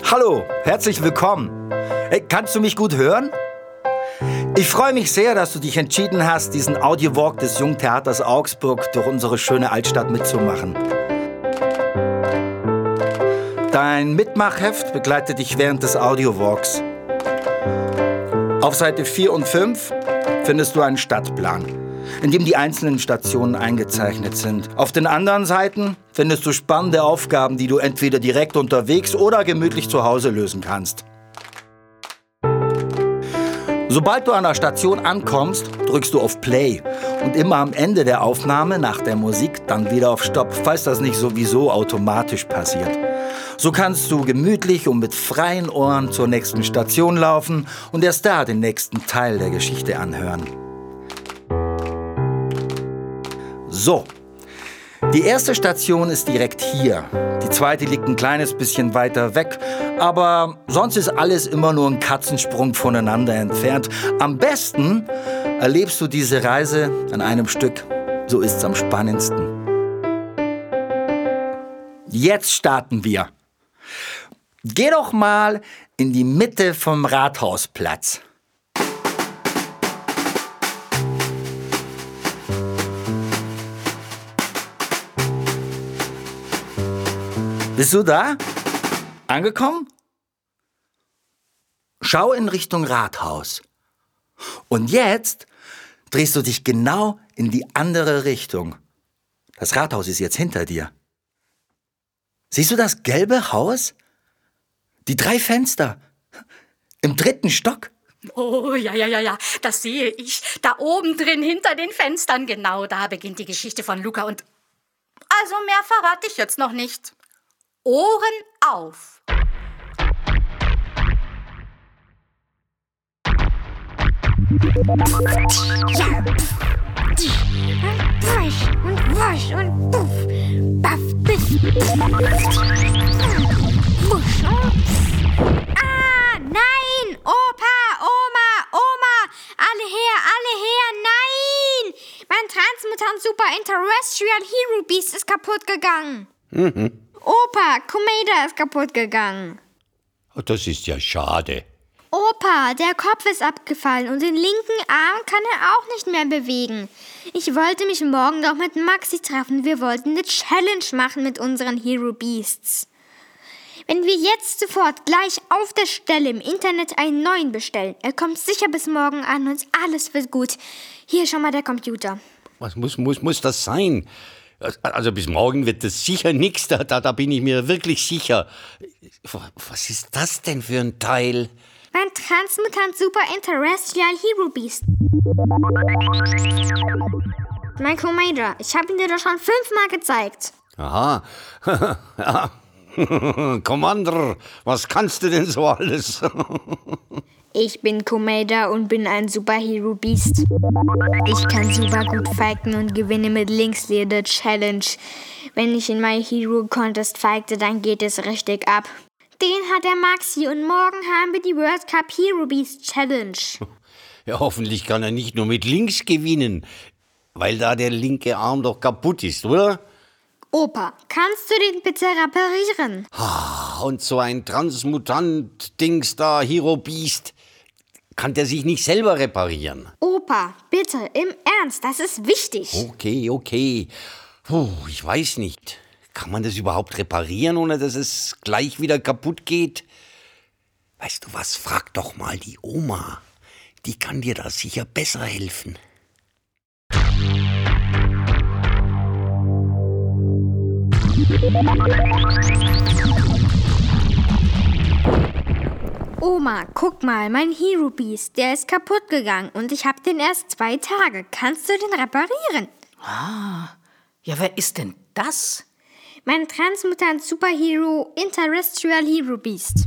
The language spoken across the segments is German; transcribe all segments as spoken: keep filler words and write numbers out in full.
Hallo, herzlich willkommen. Hey, kannst du mich gut hören? Ich freue mich sehr, dass du dich entschieden hast, diesen Audiowalk des Jungtheaters Augsburg durch unsere schöne Altstadt mitzumachen. Dein Mitmachheft begleitet dich während des Audiowalks. Auf Seite vier und fünf findest du einen Stadtplan, in dem die einzelnen Stationen eingezeichnet sind. Auf den anderen Seiten findest du spannende Aufgaben, die du entweder direkt unterwegs oder gemütlich zu Hause lösen kannst. Sobald du an der Station ankommst, drückst du auf Play und immer am Ende der Aufnahme nach der Musik dann wieder auf Stopp, falls das nicht sowieso automatisch passiert. So kannst du gemütlich und mit freien Ohren zur nächsten Station laufen und erst da den nächsten Teil der Geschichte anhören. So, die erste Station ist direkt hier. Die zweite liegt ein kleines bisschen weiter weg, aber sonst ist alles immer nur ein Katzensprung voneinander entfernt. Am besten erlebst du diese Reise an einem Stück. So ist's am spannendsten. Jetzt starten wir. Geh doch mal in die Mitte vom Rathausplatz. Bist du da? Angekommen? Schau in Richtung Rathaus. Und jetzt drehst du dich genau in die andere Richtung. Das Rathaus ist jetzt hinter dir. Siehst du das gelbe Haus? Die drei Fenster. Im dritten Stock. Oh, ja, ja, ja, ja, das sehe ich. Da oben drin, hinter den Fenstern, genau da beginnt die Geschichte von Luca und... Also mehr verrate ich jetzt noch nicht. Ohren auf. Ja. Wusch und wusch und puff. Baff, biff. Wusch und Ah, nein! Opa, Oma, Oma! Alle her, alle her, nein! Mein Transmutant Super Interterrestrial Hero Beast ist kaputt gegangen. Mhm. Opa, Commander ist kaputt gegangen. Das ist ja schade. Opa, der Kopf ist abgefallen und den linken Arm kann er auch nicht mehr bewegen. Ich wollte mich morgen doch mit Maxi treffen. Wir wollten eine Challenge machen mit unseren Hero Beasts. Wenn wir jetzt sofort gleich auf der Stelle im Internet einen neuen bestellen, er kommt sicher bis morgen an und alles wird gut. Hier, schau mal der Computer. Was muss, muss, muss das sein? Also bis morgen wird das sicher nichts, da, da, da bin ich mir wirklich sicher. Was ist das denn für ein Teil? Mein Transmutant Super Interterrestrial Hero Beast. Mein Commander, ich habe ihn dir doch schon fünfmal gezeigt. Aha. Ja. Commander, was kannst du denn so alles? Ich bin Commander und bin ein Superhero Beast. Ich kann super gut fighten und gewinne mit Linksleder Challenge. Wenn ich in My Hero Contest fighte, dann geht es richtig ab. Den hat der Maxi und morgen haben wir die World Cup Hero Beast Challenge. Ja, hoffentlich kann er nicht nur mit links gewinnen, weil da der linke Arm doch kaputt ist, oder? Opa, kannst du den bitte reparieren? Und so ein Transmutant-Dings da, Hero Beast, kann der sich nicht selber reparieren? Opa, bitte, im Ernst, das ist wichtig. Okay, okay. Puh, ich weiß nicht. Kann man das überhaupt reparieren, ohne dass es gleich wieder kaputt geht? Weißt du was, frag doch mal die Oma. Die kann dir da sicher besser helfen. Oma, guck mal, mein Hero Beast, der ist kaputt gegangen und ich hab den erst zwei Tage. Kannst du den reparieren? Ah, ja, wer ist denn das? Mein Transmutant Superhero Interterrestrial Hero Beast.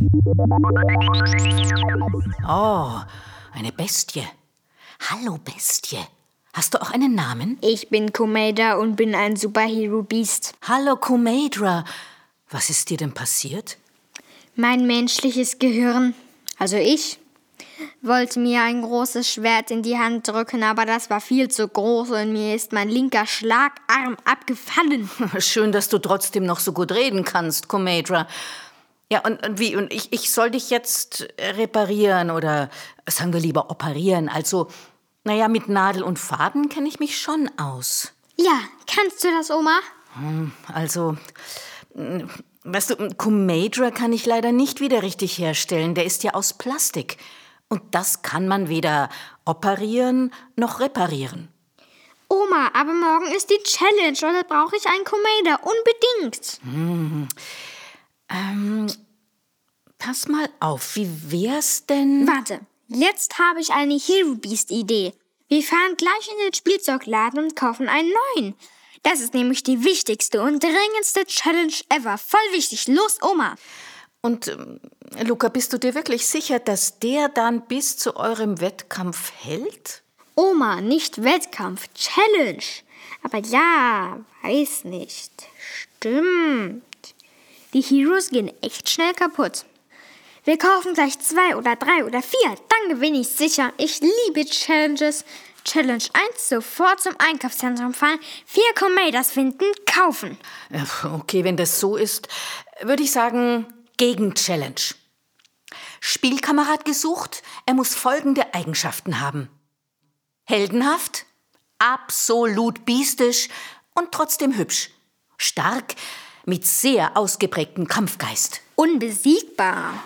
Oh, eine Bestie. Hallo, Bestie. Hast du auch einen Namen? Ich bin Commander und bin ein Superhero Beast. Hallo, Commander. Was ist dir denn passiert? Mein menschliches Gehirn, also ich, wollte mir ein großes Schwert in die Hand drücken, aber das war viel zu groß und mir ist mein linker Schlagarm abgefallen. Schön, dass du trotzdem noch so gut reden kannst, Commander. Ja, und, und wie? Und ich, ich soll dich jetzt reparieren oder sagen wir lieber operieren. Also, naja, mit Nadel und Faden kenne ich mich schon aus. Ja, kannst du das, Oma? Hm, also, weißt du, Comadra kann ich leider nicht wieder richtig herstellen. Der ist ja aus Plastik. Und das kann man weder operieren noch reparieren. Oma, aber morgen ist die Challenge und da brauche ich einen Comadra, unbedingt. Hm. Ähm, pass mal auf, wie wär's denn... Warte, jetzt habe ich eine Hero Beast-Idee. Wir fahren gleich in den Spielzeugladen und kaufen einen neuen. Das ist nämlich die wichtigste und dringendste Challenge ever. Voll wichtig. Los, Oma. Und, ähm, Luca, bist du dir wirklich sicher, dass der dann bis zu eurem Wettkampf hält? Oma, nicht Wettkampf, Challenge. Aber ja, weiß nicht. Stimmt. Die Heroes gehen echt schnell kaputt. Wir kaufen gleich zwei oder drei oder vier. Dann gewinne ich sicher. Ich liebe Challenges. Challenge eins, sofort zum Einkaufszentrum fahren, vier Comadras finden, kaufen. Okay, wenn das so ist, würde ich sagen, Gegen-Challenge. Spielkamerad gesucht, er muss folgende Eigenschaften haben. Heldenhaft, absolut biestisch und trotzdem hübsch. Stark, mit sehr ausgeprägtem Kampfgeist. Unbesiegbar.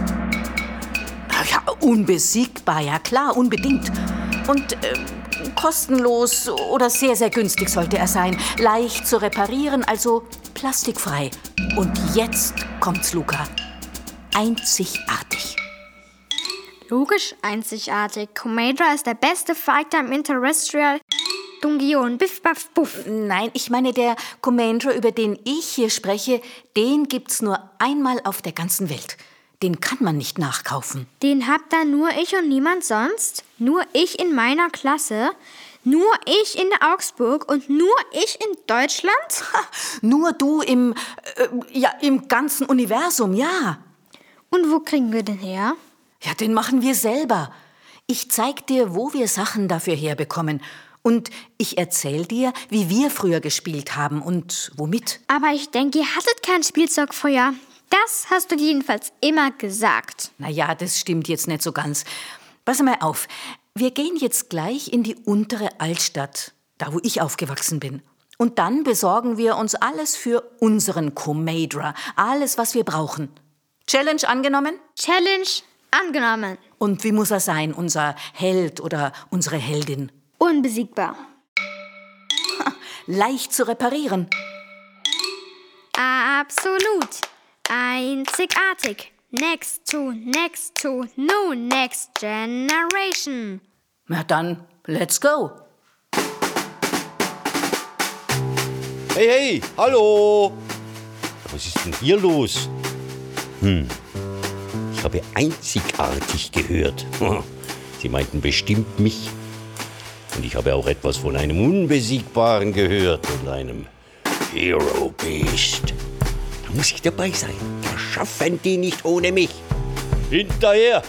Ja, unbesiegbar, ja klar, unbedingt. Und äh, kostenlos oder sehr, sehr günstig sollte er sein. Leicht zu reparieren, also plastikfrei. Und jetzt kommt's, Luca. Einzigartig. Logisch einzigartig. Comadra ist der beste Fighter im Interrestrial Dungeon. Biff, baff, buff. Nein, ich meine, der Comadra, über den ich hier spreche, den gibt's nur einmal auf der ganzen Welt. Den kann man nicht nachkaufen. Den habt dann nur ich und niemand sonst? Nur ich in meiner Klasse? Nur ich in Augsburg und nur ich in Deutschland? Ha, nur du im, äh, ja, im ganzen Universum, ja. Und wo kriegen wir den her? Ja, den machen wir selber. Ich zeig dir, wo wir Sachen dafür herbekommen. Und ich erzähl dir, wie wir früher gespielt haben und womit. Aber ich denke, ihr hattet kein Spielzeug früher. Das hast du jedenfalls immer gesagt. Na ja, das stimmt jetzt nicht so ganz. Pass mal auf. Wir gehen jetzt gleich in die untere Altstadt, da wo ich aufgewachsen bin. Und dann besorgen wir uns alles für unseren Comadra. Alles, was wir brauchen. Challenge angenommen? Challenge angenommen. Und wie muss er sein, unser Held oder unsere Heldin? Unbesiegbar. Ha, leicht zu reparieren. Absolut. Einzigartig. Next to, next to, no next generation. Na dann, let's go. Hey, hey, hallo. Was ist denn hier los? Hm, ich habe einzigartig gehört. Sie meinten bestimmt mich. Und ich habe auch etwas von einem Unbesiegbaren gehört und einem Hero Beast. Da muss ich dabei sein. Das schaffen die nicht ohne mich. Hinterher!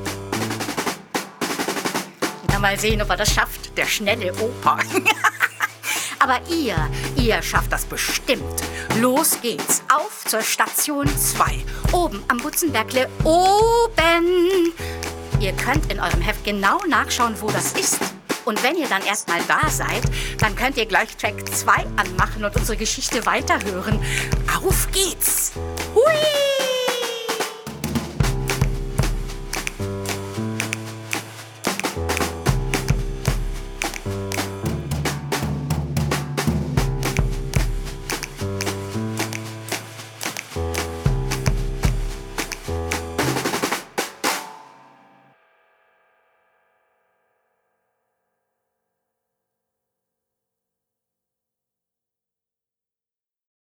Na, mal sehen, ob er das schafft, der schnelle Opa. Aber ihr, ihr schafft das bestimmt. Los geht's, auf zur Station zwei. Oben am Butzenbergle, oben. Ihr könnt in eurem Heft genau nachschauen, wo das ist. Und wenn ihr dann erstmal da seid, dann könnt ihr gleich Track zwei anmachen und unsere Geschichte weiterhören. Auf geht's! Hui!